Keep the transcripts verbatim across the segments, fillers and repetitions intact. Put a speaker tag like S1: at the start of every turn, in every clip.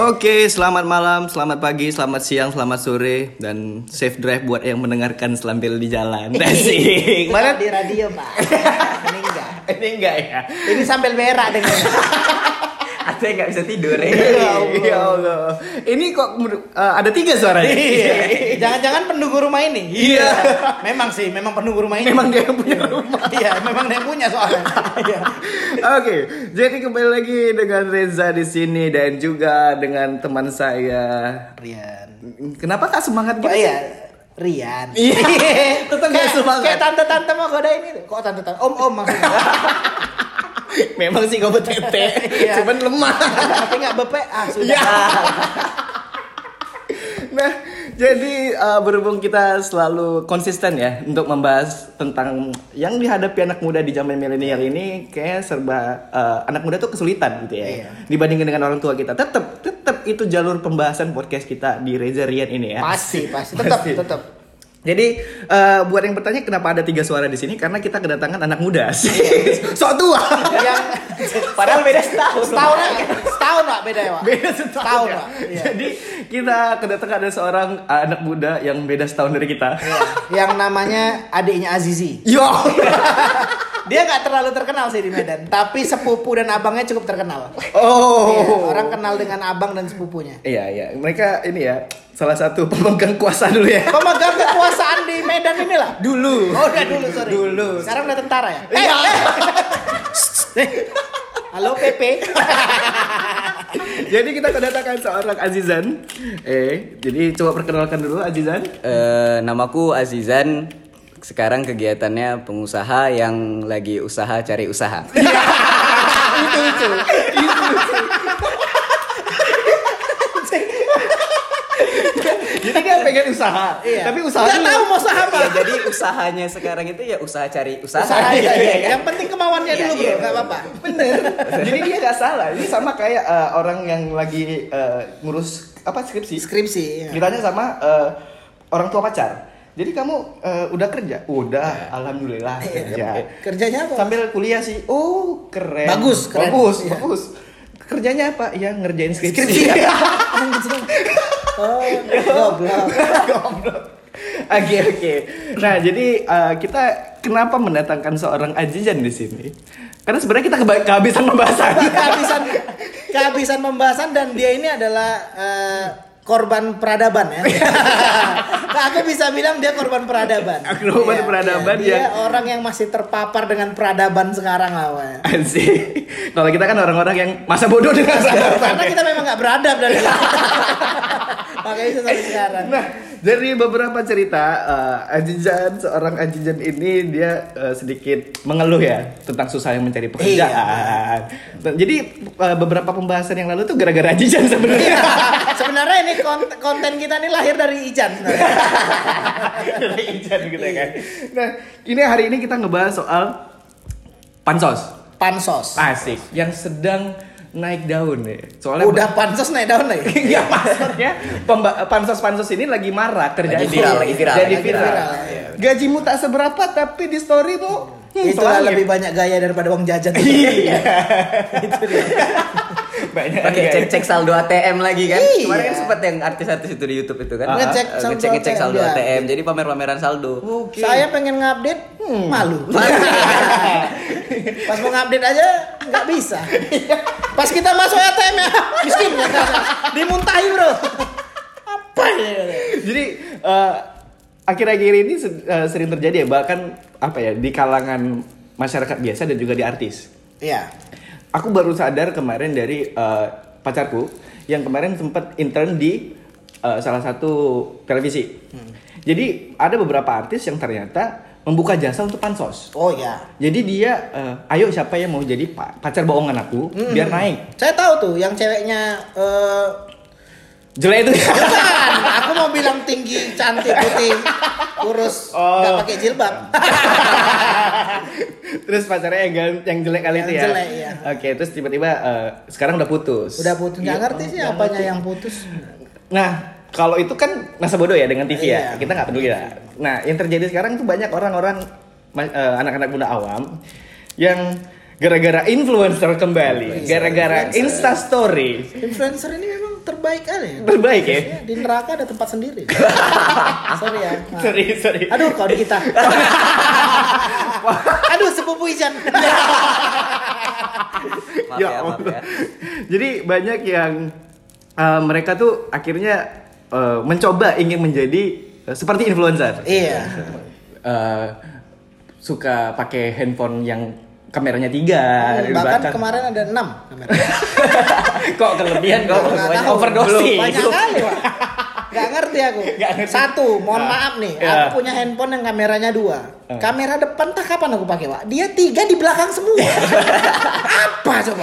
S1: Oke, selamat malam, selamat pagi, selamat siang, selamat sore, dan safe drive buat yang mendengarkan sambil di jalan. Asik.
S2: Mana di radio, Pak? Ini enggak.
S1: Ini enggak ya?
S2: Ini sambil berak dengan.
S1: Ada yang nggak bisa tidur ya? Ya Allah. Ya Allah. Ini kok uh, ada tiga suaranya?
S2: Iya. Jangan-jangan penunggu rumah ini?
S1: Iya.
S2: Memang sih, memang penunggu rumah ini.
S1: Memang dia yang punya rumah.
S2: Iya, memang dia yang punya soalnya. Iya.
S1: Oke, jadi kembali lagi dengan Reza di sini dan juga dengan teman saya
S2: Rian.
S1: Kenapa kak semangat gitu?
S2: Oh, iya. Rian.
S1: Iya. Tetap gak semangat.
S2: Kayak tante-tante mau godain ini. Kok tante-tante? Om-om maksudnya.
S1: Memang sih kau betete,
S2: Iya.
S1: cuman lemah.
S2: Tapi nggak bepek. Ah sudah.
S1: Ya. Nah, jadi uh, berhubung kita selalu konsisten ya untuk membahas tentang yang dihadapi anak muda di zaman milenial ini, kayak serba uh, anak muda tuh kesulitan gitu ya.
S2: Iya.
S1: Dibandingkan dengan orang tua kita, tetap tetap itu jalur pembahasan podcast kita di Reza Rian ini ya.
S2: Pasti, pasti. Tetap,
S1: Pasti.
S2: tetap.
S1: Jadi uh, buat yang bertanya kenapa ada tiga suara di sini, karena kita kedatangan anak muda sih. Sok tua.
S2: Yang
S1: Padahal beda setahun.
S2: Setahun, setahun Pak beda ya Pak.
S1: Beda setahun,
S2: Setahun,
S1: ya.
S2: Pak. Iya.
S1: Jadi kita kedatangan ada seorang anak muda yang beda setahun dari kita.
S2: Iya. Yang namanya adiknya Azizi.
S1: Yo.
S2: Dia nggak terlalu terkenal sih di Medan, tapi sepupu dan abangnya cukup terkenal.
S1: Oh.
S2: Iya, orang kenal dengan abang dan sepupunya.
S1: Iya iya, mereka ini ya salah satu pemegang kuasa dulu ya.
S2: Pemegang kekuasaan di Medan inilah.
S1: Dulu.
S2: Oh udah dulu sorry.
S1: Dulu.
S2: Sekarang udah tentara ya.
S1: Iya.
S2: Eh. Halo P P.
S1: Jadi kita kedatangan seorang Azizan. Eh, jadi coba perkenalkan dulu Azizan.
S3: Uh, namaku Azizan. Sekarang kegiatannya pengusaha yang lagi usaha cari usaha.
S1: Itu itu. Jadi dia pengen usaha,
S2: Iya.
S1: tapi usaha
S2: nggak
S1: dulu.
S2: tahu mau usaha apa.
S3: Ya, jadi usahanya sekarang itu ya usaha cari usaha.
S2: Usaha, iya, iya, iya. Yang penting kemauannya
S3: Iya,
S2: dulu bro,
S3: iya.
S2: nggak apa-apa.
S1: Bener. Jadi dia nggak salah. Ini sama kayak uh, orang yang lagi uh, ngurus apa skripsi.
S2: Skripsi. Iya.
S1: Ditanya sama uh, orang tua pacar. Jadi kamu uh, udah kerja? Udah, alhamdulillah kerja.
S2: Kerjanya apa?
S1: Sambil kuliah sih. Oh, keren.
S2: Bagus, keren.
S1: Bagus,
S2: Iya.
S1: bagus. Kerjanya apa? Ya ngerjain skripsi.
S2: Skripsi. Oh, goblok.
S1: Goblok. Oke oke. Nah jadi uh, kita kenapa mendatangkan seorang Azizan di sini? Karena sebenarnya kita keba- kehabisan pembahasan.
S2: kehabisan kehabisan pembahasan dan dia ini adalah uh, korban peradaban ya. Aku bisa bilang dia korban peradaban.
S1: Korban
S2: Iya,
S1: peradaban
S2: iya. Dia
S1: yang-
S2: orang yang masih terpapar dengan peradaban sekarang awalnya.
S1: Asik. Kalau kita kan orang-orang yang masa bodoh dengan peradaban.
S2: Karena kita memang nggak beradab dari makanya itu sampai sekarang.
S1: Nah, dari beberapa cerita uh, Azizan, seorang Azizan ini dia uh, sedikit mengeluh ya tentang susah yang mencari pekerjaan. Dan jadi uh, beberapa pembahasan yang lalu tuh gara-gara Azizan sebenarnya.
S2: Sebenarnya ini konten, konten kita ini lahir dari Ijan sebenarnya.
S1: Dari Ijan gitu ya kan. Nah, ini hari ini kita ngebahas soal pansos.
S2: Pansos.
S1: Asik, yang sedang naik daun ya. Soalnya
S2: Udah pansos naik daun lagi.
S1: Iya maksudnya pemba- pansos-pansos ini lagi marak kerjaan.
S3: Lagi viral, lagi viral.
S1: Jadi
S2: Lagi
S1: viral.
S2: viral,
S1: Iya. Gajimu tak seberapa tapi di story tuh hmm,
S2: Itulah
S1: selangit.
S2: lebih banyak gaya daripada uang jajan.
S1: Iya.
S2: Itu dia.
S1: Banyak
S3: Pakai
S1: gaya.
S3: cek-cek saldo A T M lagi kan?
S2: Iya.
S3: Kemarin kan sempat yang artis-artis itu di YouTube itu kan?
S1: Ah,
S2: ngecek
S3: Eh,
S2: saldo
S3: ngecek ngecek
S2: A T M,
S3: saldo
S2: ya.
S3: A T M. Jadi pamer-pameran saldo.
S1: Oke.
S2: Saya pengen ngupdate, hmm, malu. Pas mau ngupdate aja nggak bisa. Pas kita masuk A T M ya miskin ya. Dimuntahi bro. Apa ya?
S1: Jadi eh, akhir-akhir ini se- eh, sering terjadi ya, bahkan apa ya, di kalangan masyarakat biasa dan juga di artis.
S2: Iya.
S1: Aku baru sadar kemarin dari eh, pacarku yang kemarin sempat intern di eh, salah satu televisi.
S2: Hmm.
S1: Jadi ada beberapa artis yang ternyata membuka jasa untuk pansos.
S2: Oh ya.
S1: Jadi dia, eh, ayo siapa yang mau jadi pa- pacar bohongan aku
S2: Hmm.
S1: biar naik.
S2: Saya tahu tuh yang ceweknya eh,
S1: Jelek itu.
S2: bukan, aku mau bilang tinggi, cantik, putih, kurus,
S1: Oh.
S2: nggak pakai jilbab.
S1: Terus pacarnya yang, gal- yang jelek kali
S2: Yang
S1: itu ya.
S2: jelek, iya.
S1: Oke, terus tiba-tiba eh, sekarang udah putus.
S2: Udah putus, nggak
S1: Iya,
S2: ngerti sih
S1: nggak
S2: apanya
S1: ngerti.
S2: yang putus.
S1: Nah, kalau itu kan masa bodoh ya dengan T V ya.
S2: Iya.
S1: Kita nggak peduli lah. Nah, yang terjadi sekarang tuh banyak orang-orang ma- eh, anak-anak muda awam yang gara-gara influencer kembali, gara-gara Insta Story.
S2: Influencer ini memang terbaik kali ya.
S1: Terbaik ya?
S2: Ya, di neraka ada tempat sendiri. Sorry ya. Maaf.
S1: Sorry, sorry.
S2: Aduh, kalau di kita. Aduh, sepupu Ijan.
S3: Maaf
S1: Ya
S3: ya, maaf
S1: Allah.
S3: ya.
S1: Jadi banyak yang uh, mereka tuh akhirnya uh, mencoba ingin menjadi uh, seperti influencer.
S2: Iya.
S1: Uh, suka pakai handphone yang kameranya tiga.
S2: Hmm, bahkan kemarin ada enam kamera.
S1: Kok kelebihan kok
S2: Nggak
S1: banyak
S2: tahu.
S1: overdosis.
S2: Banyak kali, Pak. Gak ngerti aku.
S1: Nggak ngerti.
S2: Satu, mohon
S1: Ah,
S2: maaf nih.
S1: ya.
S2: Aku punya handphone yang kameranya dua.
S1: Ah.
S2: Kamera depan tak kapan aku pakai, Pak? Dia tiga di belakang semua. Apa coba?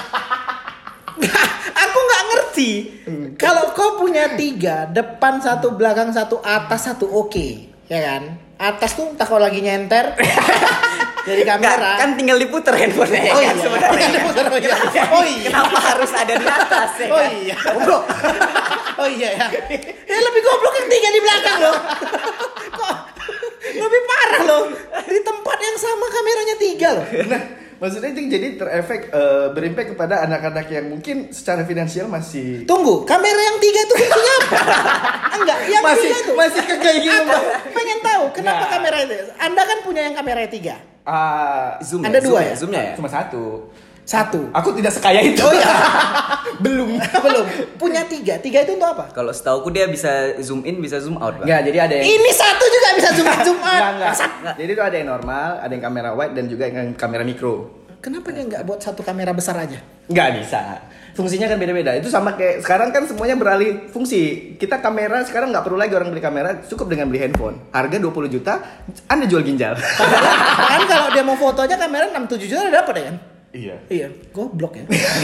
S2: Aku nggak ngerti. Kalau kau punya tiga, depan satu, belakang satu, atas satu, oke, ya kan? Atas tuh entah kau lagi nyenter. Jadi kamera.
S3: Nggak, kan tinggal diputer handphonenya
S2: Oh
S3: ya
S2: iya,
S3: kan sebenarnya.
S2: oh iya. Oh iya.
S3: Kenapa harus ada di atas ya?
S2: Oh
S3: kan?
S2: iya, goblok. Oh iya ya. Ya lebih goblok yang tiga di belakang loh. Kok lebih parah loh. Di tempat yang sama kameranya tiga loh.
S1: Nah, maksudnya itu jadi terefek uh, berimpact kepada anak-anak yang mungkin secara finansial masih
S2: Tunggu, kamera yang tiga itu fungsinya apa? Enggak, yang
S1: masih
S2: tiga itu.
S1: masih kayak gini,
S2: Aku
S1: Mbak.
S2: pengen tahu kenapa
S1: Nah.
S2: kamera itu. Anda kan punya yang kamera tiga.
S1: Ah,
S3: Zoom
S2: Ada
S3: ya?
S2: dua
S3: Zoom
S2: ya?
S3: Zoomnya ya?
S1: cuma satu.
S2: Satu.
S1: Aku tidak sekaya itu.
S2: Oh iya.
S1: Belum.
S2: Belum. Punya tiga. Tiga itu untuk apa?
S3: Kalau setauku dia bisa zoom in, bisa zoom out, Bang.
S1: Enggak, jadi ada yang
S2: Ini satu juga bisa zoom in, zoom out.
S1: Enggak, enggak.
S2: Bangsat.
S1: Jadi itu ada yang normal, ada yang kamera wide dan juga yang kamera mikro.
S2: Kenapa dia nggak buat satu kamera besar aja?
S1: Nggak bisa. Fungsinya kan beda-beda. Itu sama kayak sekarang kan semuanya beralih fungsi. Kita kamera sekarang nggak perlu lagi orang beli kamera, cukup dengan beli handphone. Harga dua puluh juta, Anda jual ginjal.
S2: Kan kalau dia mau foto aja kamera enam tujuh juta udah dapat ya kan?
S1: Iya.
S2: Iya, goblok ya.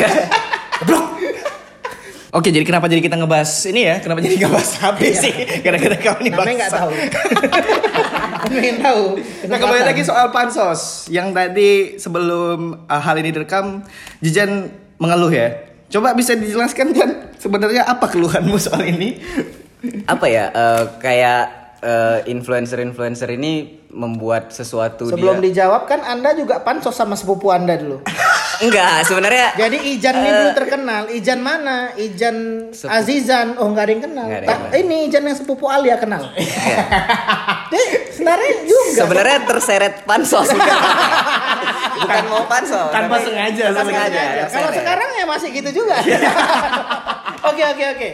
S1: Oke, jadi kenapa jadi kita ngebahas ini ya? Kenapa jadi ngebahas H P
S2: Iya.
S1: sih? Gara-gara kau ini
S2: Namanya nggak
S1: bangsa.
S2: tahu. Pengen tahu.
S1: Nah, kembali lagi soal pansos yang tadi sebelum uh, hal ini direkam, Jijan mengeluh ya. Coba bisa dijelaskan kan sebenarnya apa keluhanmu soal ini?
S3: Apa ya? eh, kayak eh, influencer-influencer ini membuat sesuatu
S2: Sebelum
S3: dia.
S2: dijawab kan Anda juga pansos sama sepupu Anda dulu.
S3: Enggak, sebenarnya
S2: Jadi Ijan ini dulu terkenal. Ijan mana? Ijan
S3: Sepupu.
S2: Azizan. Oh nggak ada yang kenal.
S3: Nggak ada
S2: Tak-
S3: yang kenal.
S2: ini Ijan yang sepupu Alia kenal. Jadi sebenarnya juga.
S3: sebenarnya terseret pansos. Bukan mau pansos.
S1: Tanpa
S3: tapi-
S1: sengaja,
S3: tanpa
S1: sengaja.
S3: sengaja.
S2: Kalau
S3: terseret.
S2: sekarang ya masih gitu juga. Oke oke oke.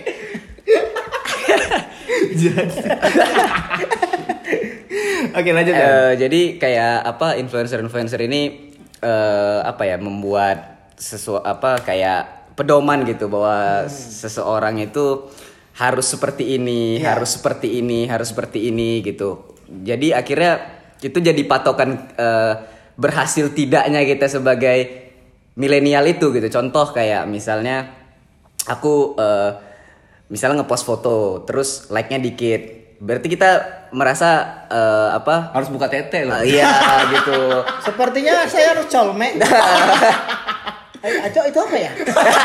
S1: Oke, lanjut ya.
S3: Eh, jadi kayak apa influencer-influencer ini eh, apa ya membuat sesuatu apa kayak pedoman gitu bahwa seseorang itu harus seperti ini,
S2: Iya.
S3: harus seperti ini, harus seperti ini gitu. Jadi akhirnya itu jadi patokan eh, berhasil tidaknya kita sebagai milenial itu gitu. Contoh kayak misalnya aku eh, misalnya ngepost foto terus like-nya dikit. Berarti kita merasa eh, apa?
S1: Harus buka tete loh.
S3: Eh, iya gitu.
S2: Sepertinya saya harus colmek. Ayo, Aco itu apa ya?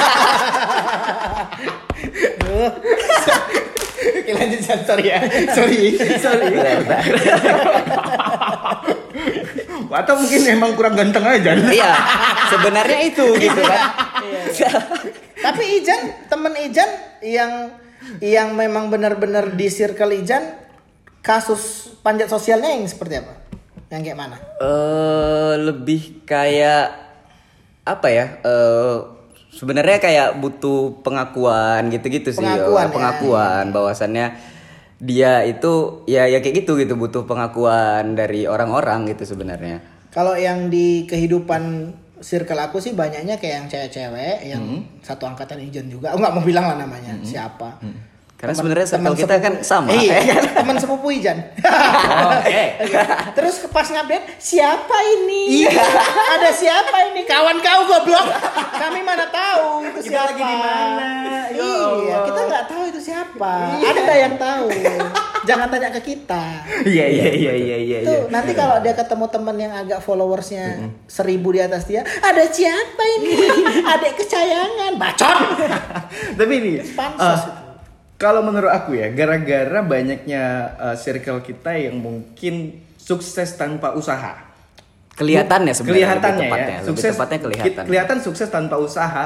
S2: Duh.
S1: Oke, lanjut Jan. Sorry ya. Sorry. Sorry. Atau mungkin emang kurang ganteng aja.
S3: Iya, sebenarnya itu gitu kan.
S2: Tapi Ijan, temen Ijan yang yang memang benar-benar di circle Ijan, kasus panjat sosialnya yang seperti apa? Yang kayak mana?
S3: Eh lebih kayak apa ya? Eh sebenarnya kayak butuh pengakuan gitu-gitu sih.
S2: Pengakuan,
S3: Eh,
S2: ya.
S3: pengakuan bahwasannya dia itu ya ya kayak gitu gitu butuh pengakuan dari orang-orang gitu sebenarnya.
S2: Kalau yang di kehidupan circle aku sih banyaknya kayak yang cewek-cewek yang satu angkatan Ijan juga. Aku nggak mau bilang lah namanya siapa.
S3: Karena
S2: Teman-
S3: sebenarnya circle
S2: teman
S3: kita
S2: sepupu-
S3: kan sama.
S2: Iya,
S3: ya kan?
S2: teman sepupu Ijan.
S1: Oke.
S2: Terus pas ngupdate, siapa ini? Ada siapa ini? Kawan kau goblok. Kami mana tahu itu
S1: Kita
S2: siapa.
S1: lagi di mana? Ya
S2: Iya,
S1: Allah.
S2: kita nggak tahu itu siapa. Ada yang tahu. Jangan tanya ke kita.
S1: Iya iya iya iya iya.
S2: Tuh, nanti kalau dia ketemu teman yang agak followersnya seribu di atas dia, ada siapa ini? Adik kesayangan, bacot.
S1: Tapi ini
S2: Pansos
S1: eh, kalau menurut aku ya, gara-gara banyaknya eh, circle kita yang mungkin sukses tanpa usaha.
S3: Kelihatannya sebenarnya
S1: Kelihatannya
S3: lebih tepatnya,
S1: ya,
S3: lebih tepatnya kelihatan.
S1: Kelihatan sukses tanpa usaha.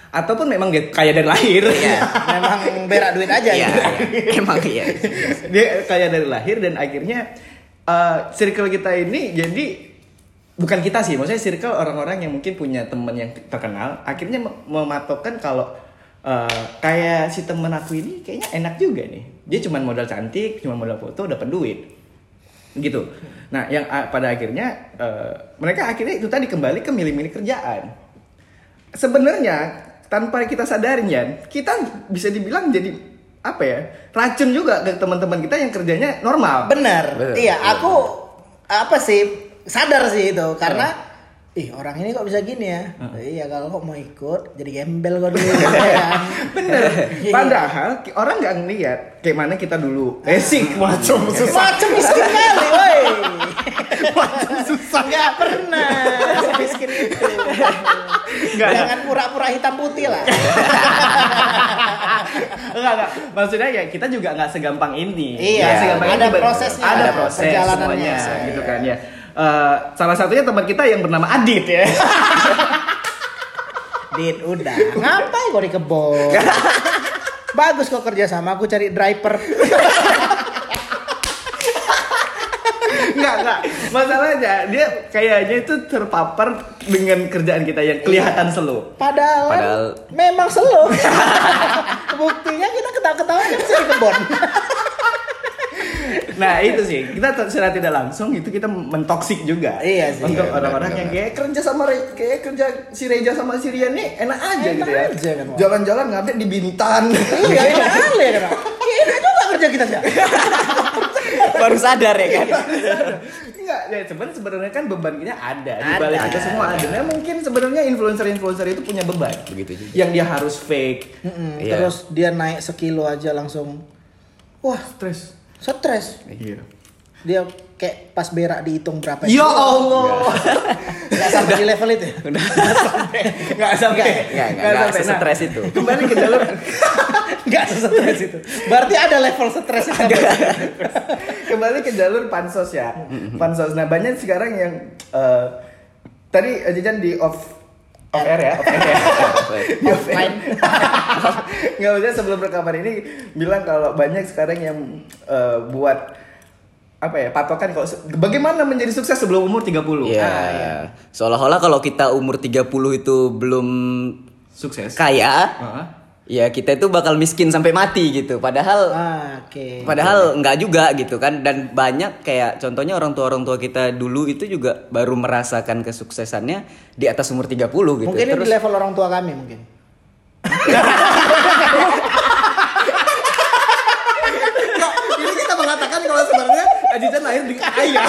S1: ataupun memang dia kaya dari lahir.
S2: Iya, memang berak duit aja
S3: Iya,
S2: gitu.
S3: iya. Emang iya.
S1: Dia kaya dari lahir dan akhirnya uh, circle kita ini jadi bukan kita sih, maksudnya circle orang-orang yang mungkin punya teman yang terkenal akhirnya mem- mematokkan kalau uh, kayak si temen aku ini kayaknya enak juga nih. Dia cuma modal cantik, cuma modal foto, dapat duit. Gitu. Nah, yang uh, pada akhirnya uh, mereka akhirnya itu tadi kembali ke milih-milih kerjaan. Sebenarnya tanpa kita sadarin ya, kita bisa dibilang jadi apa ya, racun juga ke teman-teman kita yang kerjanya normal.
S2: Bener,
S3: Bener,
S2: iya
S3: bener.
S2: aku apa sih sadar sih itu karena ih orang ini kok bisa gini ya. Iya kalau kok mau ikut jadi gembel kok dulu. Kan?
S1: Bener. Padahal ki- orang nggak ngeliat kayak mana kita dulu. Eh sih, macam susah.
S2: Macam miskin kali, woi.
S1: Macam susah.
S2: Nggak pernah miskin itu.
S1: Nggak,
S2: Jangan pura-pura hitam putih lah.
S1: Enggak, enggak. Maksudnya ya kita juga nggak segampang ini.
S2: Iya,
S1: Nggak segampang
S2: ada
S1: ini,
S2: prosesnya,
S1: ada
S2: ada
S1: proses
S2: perjalanannya.
S1: semuanya, gitu kan ya. Eh, salah satunya teman kita yang bernama Adit ya.
S2: Dit, udah. Ngapain kok di kebon? Bagus kok kerja sama aku cari driver.
S1: Enggak, enggak. Masalahnya dia kayaknya itu terpapar dengan kerjaan kita yang kelihatan slow.
S2: Padahal,
S3: Padahal
S2: memang slow. Buktinya kita ketawa-ketawa kan bisa di kebon.
S1: Nah itu sih, kita t- secara tidak langsung itu kita mentoksik juga.
S2: Iya sih.
S1: Untuk
S3: Iya,
S1: orang-orang
S3: benar,
S1: yang kayak kerja sama Re- kayak kerja si Reja sama si Rian nih enak aja
S2: Enak
S1: gitu ya.
S2: aja kan, Wak.
S1: Jalan-jalan ngupdate di Bintan.
S2: Iya, enak kali ya kan. Enak juga kerja kita sih.
S3: baru sadar ya kan.
S1: Enggak, ya sebenarnya sebenarnya kan beban kita ada di
S2: Ada.
S1: balik kita semua ada. Nah, mungkin sebenarnya influencer-influencer itu punya beban.
S3: Begitu juga.
S1: Yang dia harus fake.
S2: Mm-mm,
S3: Iya.
S2: Terus dia naik sekilo aja langsung. Wah,
S1: Stres.
S2: stres.
S1: Iya.
S2: Dia kayak pas berak dihitung berapa.
S1: Ya Allah.
S2: Gak sampai di level itu.
S1: Enggak sampai. Enggak sampai.
S3: Enggak, enggak, enggak sesetres itu.
S1: Kembali ke jalur
S2: Gak stres itu. Berarti ada level stres itu.
S1: kembali ke jalur pansos ya. Pansos. Nah, banyak sekarang yang eh, tadi Jajan di off off air ya, off air ya. Di off air.
S2: Offline.
S1: Nggak usah sebelum rekaman ini bilang kalau banyak sekarang yang eh, buat apa ya patokan kalau se- bagaimana menjadi sukses sebelum umur tiga puluh.
S3: Iya.
S1: Ah, iya.
S3: Seolah-olah kalau kita umur tiga puluh itu belum
S1: Sukses.
S3: kaya,
S1: Heeh.
S3: ya kita itu bakal miskin sampai mati gitu. Padahal
S2: Ah, oke.
S3: Padahal enggak juga gitu kan. Dan banyak kayak contohnya orang tua orang tua kita dulu itu juga baru merasakan kesuksesannya di atas umur tiga puluh gitu.
S2: Mungkin ini
S3: Terus
S2: di level orang tua kami mungkin.
S1: Ini kita mengatakan kalau sebenarnya Jajan lahir di kaya.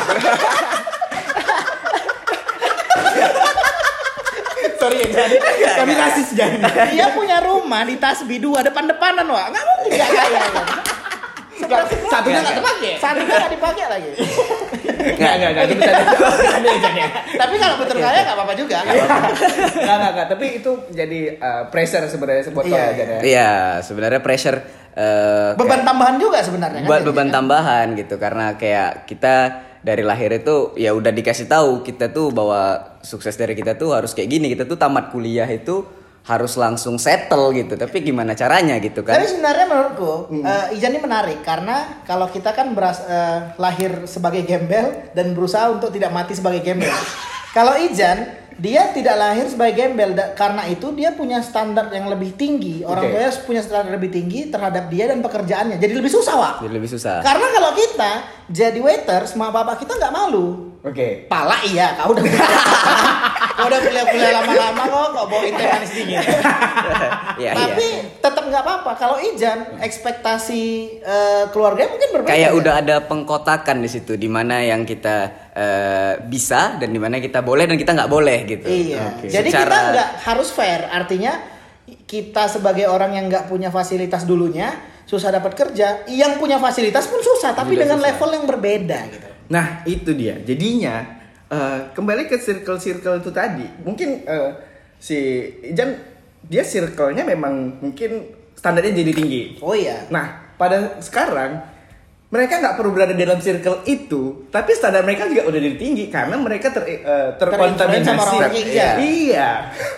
S1: Sorry ya jadi kami rasis jadi.
S2: Dia punya rumah di Tasbih dua depan-depanan, Wak. Enggak mungkin enggak kaya.
S1: Satunya nggak terpakai.
S2: Satunya enggak dipakai lagi.
S1: Nggak nggak nggak itu bercanda.
S2: Tapi kalau betul kaya enggak apa-apa juga.
S1: Nggak nggak nggak tapi itu jadi uh, pressure sebenarnya buat
S2: Iya,
S1: kalian ya.
S3: iya, sebenarnya pressure eh,
S2: Beban tambahan juga sebenarnya kan.
S3: buat
S2: jadi,
S3: beban
S2: kan?
S3: tambahan gitu karena kayak kita dari lahir itu ya udah dikasih tahu kita tuh bahwa sukses dari kita tuh harus kayak gini, kita tuh tamat kuliah itu harus langsung settle gitu, tapi gimana caranya gitu kan.
S2: Tapi sebenarnya menurutku eh, Ijan ini menarik karena kalau kita kan beras, eh, lahir sebagai gembel dan berusaha untuk tidak mati sebagai gembel. Kalau Ijan dia tidak lahir sebagai gembel da- karena itu dia punya standar yang lebih tinggi. Orang
S1: Oke.
S2: tuanya punya standar lebih tinggi terhadap dia dan pekerjaannya. Jadi lebih susah, Wak.
S3: Jadi lebih susah.
S2: Karena kalau kita jadi waiter sama bapak kita nggak malu.
S1: Oke.
S2: Pala iya, kau udah kau udah kuliah-kuliah lama-lama kok kok bawain teh manis dingin.
S3: Iya,
S2: Tapi
S3: iya.
S2: tetap nggak apa-apa. Kalau Ijan ekspektasi eh, keluarganya mungkin berbeda.
S3: Kayak
S2: ya?
S3: udah ada pengkotakan di situ di mana yang kita eh, bisa dan di mana kita boleh dan kita nggak boleh gitu.
S2: Iya.
S1: Oke.
S2: Jadi
S3: Secara-
S2: kita nggak harus fair. Artinya kita sebagai orang yang nggak punya fasilitas dulunya susah dapat kerja. Yang punya fasilitas pun susah, tapi
S3: Juga
S2: dengan
S3: susah.
S2: level yang berbeda gitu.
S1: Nah itu dia. Jadinya eh, kembali ke circle-circle itu tadi. Mungkin eh, si Ijan dia circle-nya memang mungkin standarnya jadi tinggi.
S2: Oh iya.
S1: Nah pada sekarang mereka nggak perlu berada dalam circle itu, tapi standar mereka juga udah jadi tinggi karena mereka ter, eh, terkontaminasi.
S2: Terinfluence sama orang-orang kayak Ijan.
S1: Iya.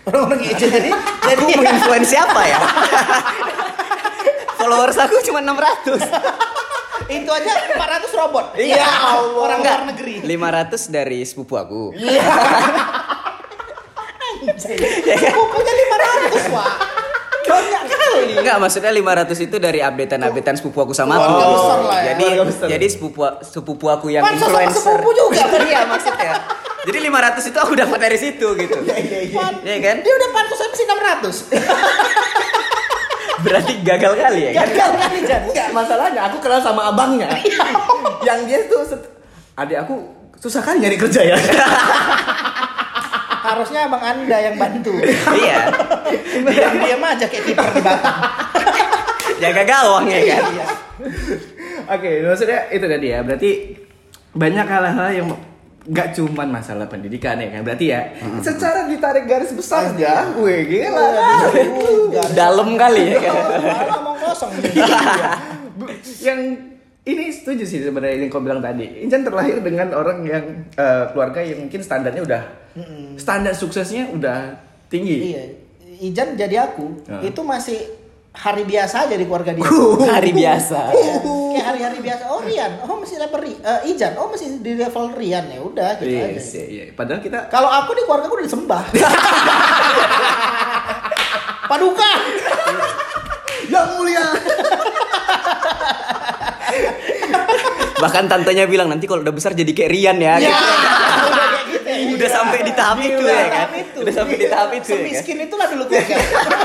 S2: Orang-orang Ijan jadi
S3: Aku menginfluence siapa ya? Followers aku cuma enam ratus.
S2: itu aja empat ratus robot.
S3: Iya,
S2: Ya Allah. Orang
S3: Enggak,
S2: luar negeri.
S3: lima ratus dari sepupu aku.
S2: Bukunya lima ratus, Wak. Banyak kali.
S3: Enggak, maksudnya lima ratus itu dari updatean-updatean sepupu aku sama aku.
S2: Keluarga besar lah ya.
S3: Jadi
S1: Keluarga besar.
S3: jadi sepupu sepupu aku yang
S2: Pansos sama
S3: influencer.
S2: sepupu juga.
S3: Iya, maksudnya. Jadi lima ratus itu aku dapat dari situ gitu.
S2: Iya, iya, iya.
S3: Iya kan?
S2: Dia udah pantas M C enam ratus.
S3: Berarti gagal kali ya kan?
S2: Gagal kali, Jan.
S1: Enggak, masalahnya aku kenal sama abangnya. Yang dia tuh set- adik aku susah kali nyari kerja ya.
S2: Harusnya abang Anda yang bantu.
S3: Iya.
S2: Diam-diam aja kayak kiper di Batam.
S3: Jaga gawang ya kan?
S2: Iya.
S1: Oke, maksudnya itu tadi ya. Berarti banyak hal-hal yang nggak cuman masalah pendidikan ya kan. Berarti ya, secara ditarik garis besar aja, weh gila.
S3: Dalam kali ya kan?
S2: Ngomong kosong nih.
S1: Yang ini setuju sih sebenarnya yang kau bilang tadi. Injan terlahir dengan orang yang eh, keluarga yang mungkin standarnya udah standar suksesnya udah tinggi.
S2: Iya. Ijan jadi aku
S1: Ya.
S2: itu masih hari biasa aja di keluarga dia.
S3: Hari biasa.
S2: Iya, kayak hari-hari biasa. Oh Rian, oh masih level Ri- eh, Ijan, oh masih di level Rian ya udah gitu
S1: Iya,
S2: aja.
S1: iya, iya. Padahal kita
S2: Kalau aku di keluarga aku udah disembah. Paduka.
S1: yang mulia.
S3: Bahkan tantenya bilang nanti kalau udah besar jadi kayak Rian ya.
S2: Ya,
S3: gitu.
S2: udah kayak gitu. ya.
S3: Udah sampai di tahap itu
S2: Udah
S3: ya kan?
S2: tahap itu.
S3: Udah sampai di tahap itu ya kan?
S2: Semiskin itulah dulu keluarga.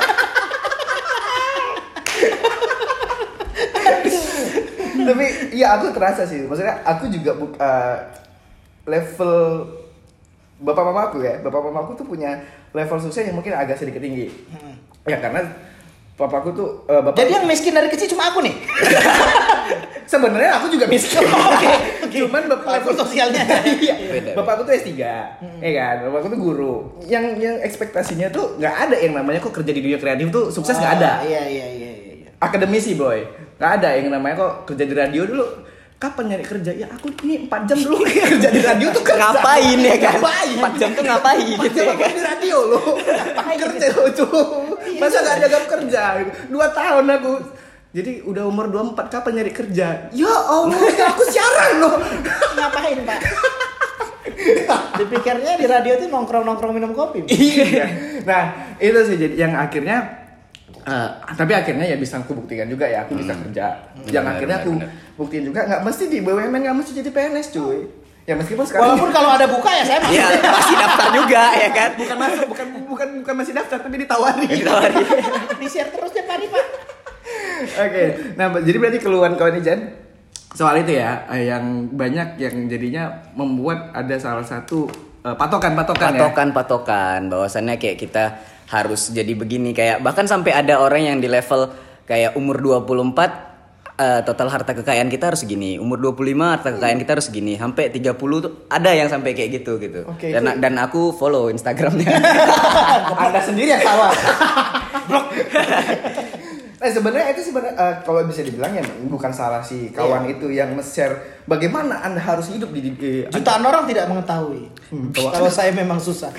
S1: Tapi ya aku terasa sih, maksudnya aku juga bu- uh, level bapak mama aku ya, bapak mama aku tuh punya level sukses yang mungkin agak sedikit tinggi. Ya karena papaku tuh uh, bapak
S2: Jadi yang miskin dari kecil cuma aku nih.
S1: sebenarnya aku juga miskin.
S2: Oke, oke.
S1: Cuman bapak
S2: Level sosialnya.
S1: Iya.
S3: Beda,
S1: Bapak aku tuh S tiga, ya kan? Bapak aku tuh guru. Yang yang ekspektasinya tuh nggak ada yang namanya kok kerja di dunia kreatif tuh sukses nggak ada.
S2: Ah, Iya iya iya iya.
S1: Akademisi boy, nggak ada yang namanya kok kerja di radio dulu. Kapan nyari kerja? Ya aku ini empat jam dulu kerja di radio tuh kerja.
S3: Ngapain ya kan?
S1: Ngapain?
S3: empat jam tuh ngapain
S1: empat
S3: gitu
S1: jam
S3: ya
S1: aku
S3: kan?
S1: di radio loh. Kerja loh tuh. Masa nggak ada gap kerja? Dua tahun aku. Jadi udah umur dua puluh empat kapan nyari kerja? Ya Allah, aku siaran loh.
S2: Ngapain Pak? Dipikirnya di radio tuh nongkrong-nongkrong minum kopi.
S1: Iya. Nah itu sih jadi yang akhirnya, uh, tapi akhirnya ya bisa aku buktikan juga ya aku bisa kerja. Yang
S3: Benar,
S1: akhirnya
S3: benar,
S1: aku
S3: benar.
S1: buktiin juga nggak mesti di B U M N, nggak mesti jadi P N S cuy. Ya meskipun sekarang
S2: Walaupun kalau ada buka ya saya masuk.
S3: Iya, masih daftar juga ya kan?
S1: bukan masuk, bukan bukan bukan masih daftar tapi ditawari.
S3: Ditawari.
S2: Di share terus tiap hari Pak.
S1: Oke, nah jadi berarti keluhan kawan Ijan soal itu ya, eh, yang banyak yang jadinya membuat ada salah satu eh, patokan-patokan ya.
S3: Patokan-patokan bahwasannya kayak kita harus jadi begini, kayak bahkan sampai ada orang yang di level kayak umur dua puluh empat eh, total harta kekayaan kita harus segini, umur dua puluh lima harta kekayaan kita harus segini, sampai tiga puluh tuh ada yang sampai kayak gitu gitu.
S1: Oke,
S3: dan
S1: itu-
S3: dan aku follow Instagramnya.
S1: Anda sendiri yang salah. Blok. Nah sebenarnya itu sebenarnya eh, kalau bisa dibilang ya bukan salah si kawan itu yang nge-share bagaimana Anda harus hidup di, di eh,
S2: Jutaan orang tidak mengetahui.
S1: Hmm,
S2: Kalau saya memang susah.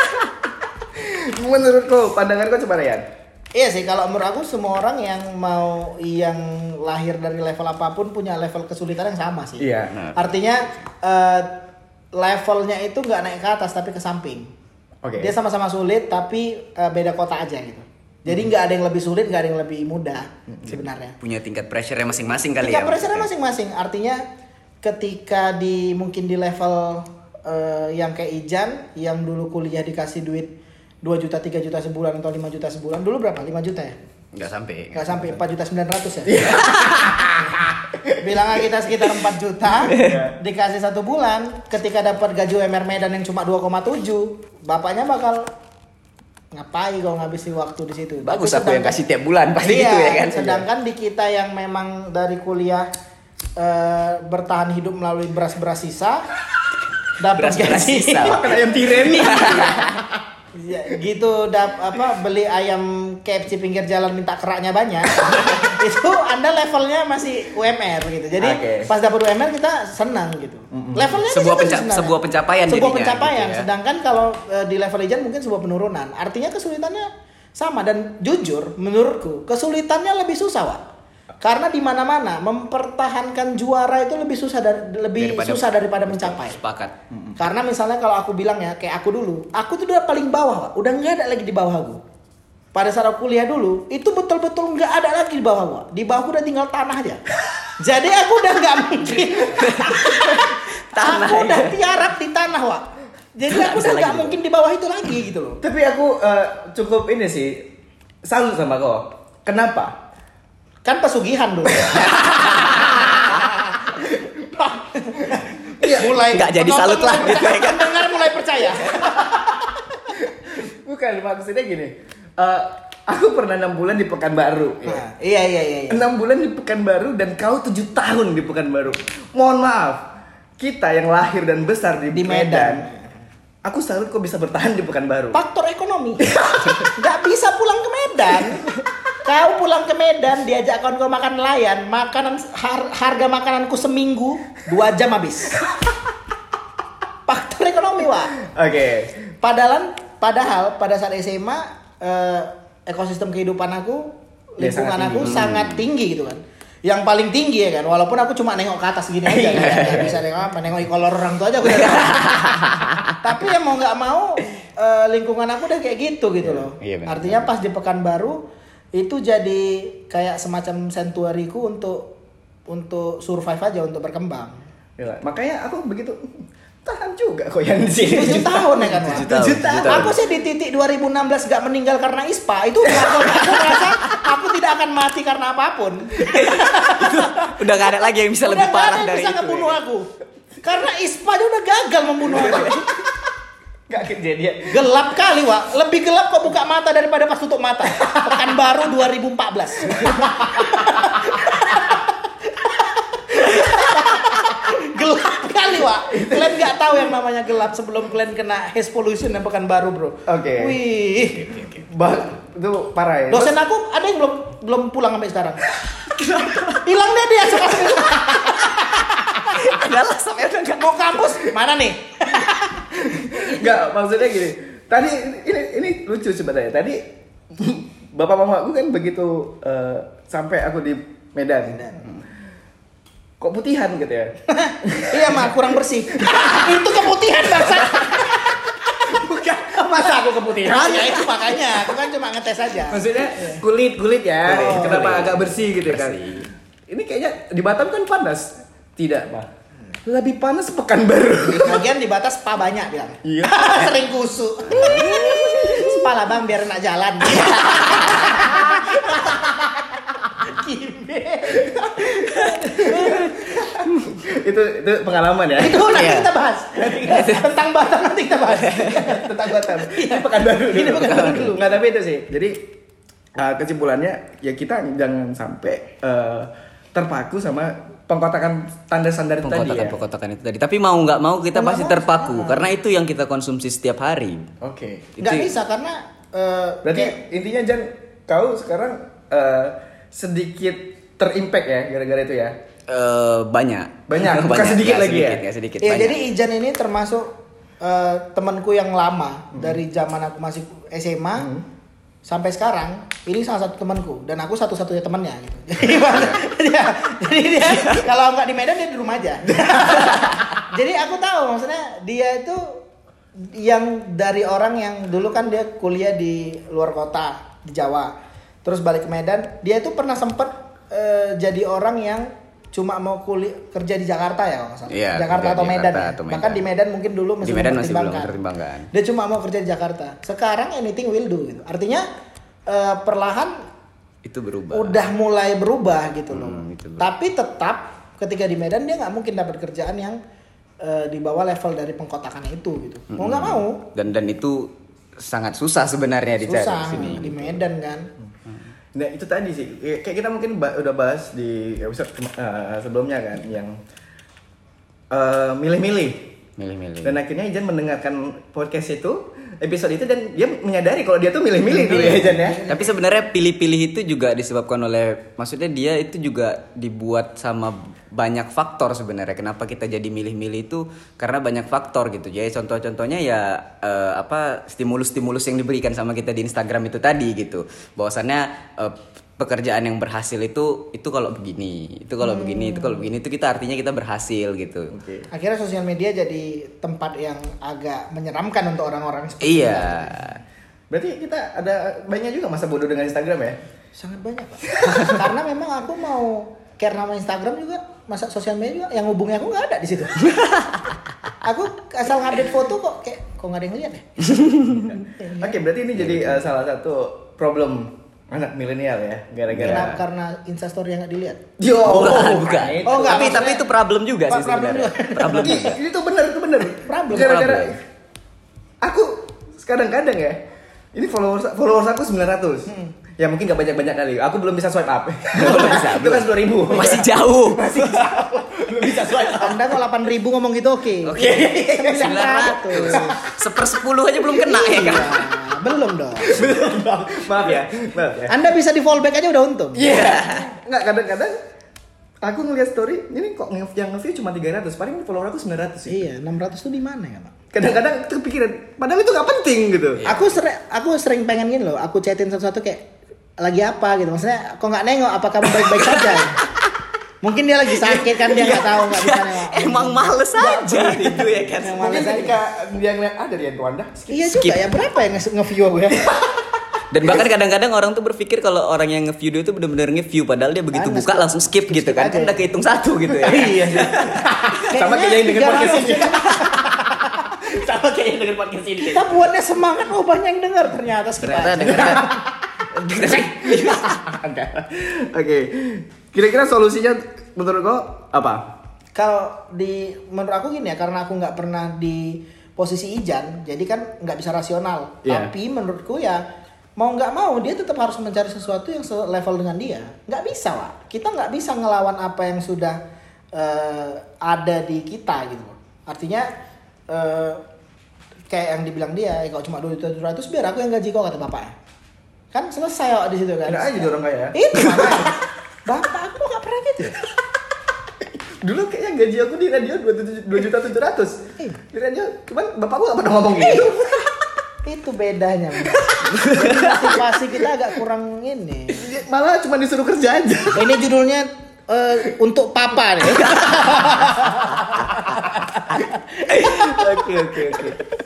S1: menurutku pandangan kau coba ya.
S2: Iya sih, kalau menurut aku semua orang yang mau yang lahir dari level apapun punya level kesulitan yang sama sih.
S1: Iya.
S3: Nah.
S2: Artinya eh, levelnya itu nggak naik ke atas tapi ke samping.
S1: Oke.
S2: Dia sama-sama sulit tapi eh, beda kota aja gitu. Jadi nggak ada yang lebih sulit, nggak ada yang lebih mudah sebenarnya.
S3: Punya tingkat pressure-nya masing-masing kali
S2: Tingkat
S3: ya.
S2: pressure
S3: maksudnya.
S2: masing-masing. Artinya ketika di mungkin di level eh, yang kayak Ijan yang dulu kuliah dikasih duit dua juta, tiga juta sebulan atau lima juta sebulan. Dulu berapa? lima juta ya?
S3: Nggak sampai.
S2: Nggak sampai empat juta sembilan ratus ya? Bilang aja kita sekitar empat juta dikasih satu bulan, ketika dapat gaji U M R Medan yang cuma dua koma tujuh, bapaknya bakal ngapain kalau ngabisin waktu di situ.
S3: Bagus
S2: Tapi
S3: aku yang
S2: sedangkan-
S3: kasih tiap bulan pasti
S2: Iya,
S3: gitu ya kan.
S2: sedangkan di kita yang memang dari kuliah eh, bertahan hidup melalui beras-beras sisa, dapat
S3: Beras-beras
S2: gaji
S3: sisa.
S1: Makan ayam tiren nih.
S2: Ya, gitu dap apa beli ayam K F C pinggir jalan minta keraknya banyak. Itu Anda levelnya masih U M R gitu. Jadi
S1: Okay.
S2: pas dapat U M R kita senang gitu. Mm-hmm. Levelnya
S3: Sebuah
S2: kita
S3: penca-
S2: senang.
S3: sebuah pencapaian
S2: Sebuah
S3: jadinya,
S2: pencapaian.
S3: gitu ya.
S2: Sedangkan kalau uh, di level legend mungkin sebuah penurunan. Artinya kesulitannya sama dan jujur menurutku kesulitannya lebih susah, Wak. Karena di mana-mana mempertahankan juara itu lebih susah dari lebih
S3: Daripada-
S2: susah daripada mencapai.
S3: Sepakat.
S2: Karena misalnya kalau aku bilang ya, kayak aku dulu, aku tuh udah paling bawah, Pak. Udah nggak ada lagi di bawah aku. Pada saat aku kuliah dulu, itu betul-betul nggak ada lagi di bawah gua. Di bawah udah tinggal tanah aja. Jadi aku udah nggak mungkin.
S3: Tanah,
S2: aku udah
S3: ya.
S2: tiarap di tanah, Wak. Jadi
S3: Nggak
S2: aku
S3: bisa
S2: udah
S3: lagi
S2: nggak
S3: dulu.
S2: mungkin di bawah itu lagi gitu loh.
S1: Tapi aku eh, cukup ini sih salut sama kau. Kenapa?
S2: Kan pesugihan dulu.
S1: Iya,
S2: mulai
S3: nggak jadi
S2: penonton
S3: salut lah,
S2: mulai
S3: gitu ya kan.
S2: Pendengar mulai percaya.
S1: Bukan, maksudnya gini. eh, aku pernah enam bulan di Pekanbaru. Ya.
S2: Nah, iya iya iya. iya.
S1: enam bulan di Pekanbaru dan kau tujuh tahun di Pekanbaru. Mohon maaf, kita yang lahir dan besar di,
S2: Di
S1: Medan,
S2: Medan.
S1: aku salut kok bisa bertahan di Pekanbaru.
S2: Faktor ekonomi. Nggak bisa pulang ke Medan. Kau pulang ke Medan diajak kawan kau makan nelayan, makanan har- harga makananku seminggu dua jam habis. Faktor ekonomi, Wak.
S1: Oke.
S2: Padahal padahal pada saat S M A eh, ekosistem kehidupan aku,
S1: Ya,
S2: lingkungan
S1: sangat
S2: aku
S1: tinggi.
S2: sangat tinggi gitu kan. Yang paling tinggi ya kan, walaupun aku cuma nengok ke atas gini aja, nggak bisa nengok apa, nengok kolor orang tua aja aku udah. Tapi ya mau nggak mau eh, lingkungan aku udah kayak gitu gitu loh.
S3: Iya, benar.
S2: Artinya pas di Pekanbaru itu jadi kayak semacam sanctuary-ku untuk untuk survive aja, untuk berkembang.
S1: Gila. Makanya aku begitu tahan juga kok yang di sini.
S2: tujuh tahun ya kan, Wak?
S3: Tujuh tahun,
S1: Tujuh
S3: tujuh
S1: tahun.
S3: tahun.
S2: Aku sih di titik dua ribu enam belas gak meninggal karena I S P A. Itu aku, aku merasa aku tidak akan mati karena apapun.
S3: Udah gak ada lagi yang bisa
S2: Udah
S3: lebih
S2: gak
S3: parah
S2: ada yang
S3: dari
S2: bisa
S3: itu.
S2: ngebunuh
S3: ya.
S2: aku. Karena I S P A aja udah gagal membunuh aku.
S1: Gak kejadian.
S2: Gelap kali, Wak. Lebih gelap kok buka mata daripada pas tutup mata. Pekanbaru dua ribu empat belas. Gelap kali, Wak. Kalian nggak tahu yang namanya gelap sebelum kalian kena haze pollution yang Pekanbaru, bro.
S1: Oke.
S2: Wih.
S1: Bah, itu parah ya.
S2: Dosen aku ada yang belum belum pulang sampai sekarang. Hilang deh dia suka-suka.
S3: Adalah sampai udah gak
S2: Mau kampus mana nih?
S1: Enggak, maksudnya gini. Tadi ini ini lucu sebenarnya. Tadi bapak mama aku kan begitu eh, sampai aku di Medan. Kok putihan gitu ya?
S2: Iya mah kurang bersih. Itu keputihan bangsa. Bukan. Masa aku keputihan? Ya itu makanya. Aku kan cuma ngetes aja.
S1: Maksudnya kulit kulit ya.
S2: Oh,
S1: Kenapa
S3: kulit.
S1: agak bersih gitu kan?
S3: Bersih.
S1: Ini kayaknya di Batam kan panas. Tidak, Pak. Lebih panas Pekanbaru.
S2: Bagian di batas spa banyak bilang.
S1: Iya.
S2: Sering kusuk. Spa lah bang biar enak jalan. Kimbe.
S1: itu itu pengalaman ya.
S2: Itu nanti
S3: Iya.
S2: kita bahas. Tentang Batam nanti kita bahas.
S1: Tentang Batam. Ini Pekanbaru dulu.
S2: Ini Pekanbaru dulu.
S1: Nggak, tapi itu sih. Jadi uh, kesimpulannya ya kita jangan sampai uh, terpaku sama pengkotakan tanda standar itu tadi ya.
S3: Pengkotakan-pengkotakan itu tadi. Tapi mau nggak mau kita
S2: Mau
S3: pasti
S2: nggak mau,
S3: terpaku
S2: ah.
S3: karena itu yang kita konsumsi setiap hari.
S1: Oke.
S2: Nggak
S3: Itu-
S2: bisa karena eh,
S1: Berarti
S2: kayak-
S1: intinya Jan, kau sekarang uh, sedikit terimpact ya gara-gara itu ya.
S3: Eh, banyak.
S1: Banyak, bukan sedikit
S3: Nggak
S1: lagi ya?
S3: Nggak sedikit.
S2: Ya,
S3: banyak.
S2: jadi Ijan ini termasuk eh, temanku yang lama dari zaman aku masih S M A sampai sekarang. Ini salah satu temanku dan aku satu-satunya temannya gitu. Jadi, dia, jadi dia kalau nggak di Medan dia di rumah aja. Jadi aku tahu maksudnya dia itu yang dari orang yang dulu kan dia kuliah di luar kota di Jawa, terus balik ke Medan. Dia itu pernah sempet eh, jadi orang yang cuma mau kuliah kerja di Jakarta ya kalau nggak salah.
S3: Iya,
S2: Jakarta
S3: kerja
S2: atau
S3: di
S2: Medan,
S3: Jakarta
S2: ya.
S3: atau Medan.
S2: Bahkan di Medan mungkin dulu masih
S3: Di Medan masih belum
S2: mempertimbangkan.
S3: mempertimbangkan.
S2: Dia cuma mau kerja di Jakarta. Sekarang anything will do gitu. Artinya eh, perlahan
S3: Itu berubah.
S2: udah mulai berubah gitu loh.
S3: Hmm, itu.
S2: Tapi tetap ketika di Medan dia nggak mungkin dapat kerjaan yang eh, di bawah level dari pengkotakannya itu gitu. Mau nggak mau
S3: Dan dan itu sangat susah sebenarnya dicari
S2: susah
S3: di sini.
S2: di Medan kan.
S1: Nah itu tadi sih, kayak kita mungkin ba- udah bahas di episode uh, sebelumnya kan, yang uh, milih-milih.
S3: Milih-milih.
S1: Dan akhirnya Ijan mendengarkan podcast itu episode itu dan dia menyadari kalau dia tuh milih-milih dulu ya Jan ya.
S3: Tapi sebenarnya pilih-pilih itu juga disebabkan oleh, maksudnya dia itu juga dibuat sama banyak faktor sebenarnya. Kenapa kita jadi milih-milih itu karena banyak faktor gitu. Jadi contoh-contohnya ya eh, apa stimulus-stimulus yang diberikan sama kita di Instagram itu tadi gitu. Bahwasannya eh, pekerjaan yang berhasil itu itu kalau begini, itu kalau hmm. begini, itu kalau begini itu kita artinya kita berhasil gitu.
S1: Okay.
S2: Akhirnya sosial media jadi tempat yang agak menyeramkan untuk orang-orang seperti
S3: Iya.
S2: kita.
S1: Berarti kita ada banyak juga masa bodoh dengan Instagram ya?
S2: Sangat banyak, Pak. Karena memang aku mau care nama Instagram juga, masa sosial media juga yang hubungi aku nggak ada di situ. Aku asal ngupdate foto kok kayak kok nggak ada yang lihat ya.
S1: Oke, okay, berarti ini jadi uh, salah satu problem anak milenial ya, gara-gara
S2: Karena, karena Instastory yang nggak dilihat.
S1: Yo,
S3: bukan, bukan.
S1: Oh,
S3: tapi tapi itu problem juga sih
S2: problem
S3: sebenarnya.
S2: juga.
S3: Problem
S1: Ini,
S3: juga.
S1: ini tuh bener, itu bener.
S2: Problem.
S1: Gara-gara
S3: Problem.
S1: aku kadang-kadang ya, ini followers followers aku sembilan ratus. Hmm. Ya mungkin gak banyak-banyak kali. Aku belum bisa swipe up.
S3: Belum bisa.
S1: Itu kan sepuluh ribu.
S3: Masih jauh.
S1: Masih jauh. Belum bisa swipe up.
S2: Anda kalau delapan ribu ngomong gitu oke.
S3: Oke. sembilan ratus. Sepersepuluh aja belum kena ya kan.
S2: Iya, belum dong.
S1: Belum dong. Maaf ya. Maaf ya.
S2: Anda bisa di fallback aja udah untung.
S1: Iya. Yeah. Enggak, kadang-kadang aku ngeliat story, ini kok yang nge-view cuma tiga ratus, paling follower aku sembilan ratus sih.
S2: Iya, enam ratus tuh di mana ya, Pak?
S1: Kadang-kadang itu kepikiran, padahal itu gak penting gitu.
S2: Aku sering aku sering pengen gini loh, aku chatin satu-satu kayak lagi apa gitu. Maksudnya kok nggak nengok apa kamu baik-baik saja. Mungkin dia lagi sakit kan dia nggak tahu nggak bisa nengok.
S3: Emang males aja itu ya kan.
S2: Yang
S1: Mungkin
S2: males aja.
S1: ketika dia ngeliat, ah dari Anto Anda, skip.
S2: Iya
S3: Skip.
S2: juga ya, berapa yang nge- nge-view aku ya?
S3: Dan bahkan kadang-kadang orang tuh berpikir kalau orang yang nge-view dia itu benar-benar nge-view padahal dia begitu
S2: Kan,
S3: buka
S2: skip.
S3: langsung skip gitu kan.
S2: Skip
S3: Kan
S2: aja.
S3: udah kehitung satu gitu ya.
S1: Iya. Sama kayak yang dengan podcast ini.
S2: tiga ratus.
S1: Sama kayak yang dengan podcast ini.
S2: Kita buatnya semangat, oh banyak yang dengar ternyata skip
S3: Ternyata
S2: aja.
S3: dengar.
S1: Oke. Kira-kira solusinya menurut kau apa?
S2: Kalau di menurut aku gini ya, karena aku nggak pernah di posisi Ijan, jadi kan nggak bisa rasional.
S1: Iya.
S2: Tapi menurutku ya mau nggak mau dia tetap harus mencari sesuatu yang selevel dengan dia. Nggak bisa lah. Kita nggak bisa ngelawan apa yang sudah eh, ada di kita gitu. Artinya eh, kayak yang dibilang dia, kalau cuma dua juta tujuh ratus biar aku yang gaji kau kata bapaknya. Kan selesai kok di situ kan.
S1: Enak aja jadi orang kaya.
S2: Itu makanya. Bapak aku nggak pernah gitu.
S1: Dulu kayaknya gaji aku di radio dua juta tujuh ratus.
S2: Iya.
S1: Di radio, cuman bapakku gak pernah ngomong gitu.
S2: Itu bedanya. Man. Jadi motivasi kita agak kurang ini.
S1: Malah cuma disuruh kerja aja.
S2: Ini judulnya eh, untuk papa nih.
S1: Oke oke oke.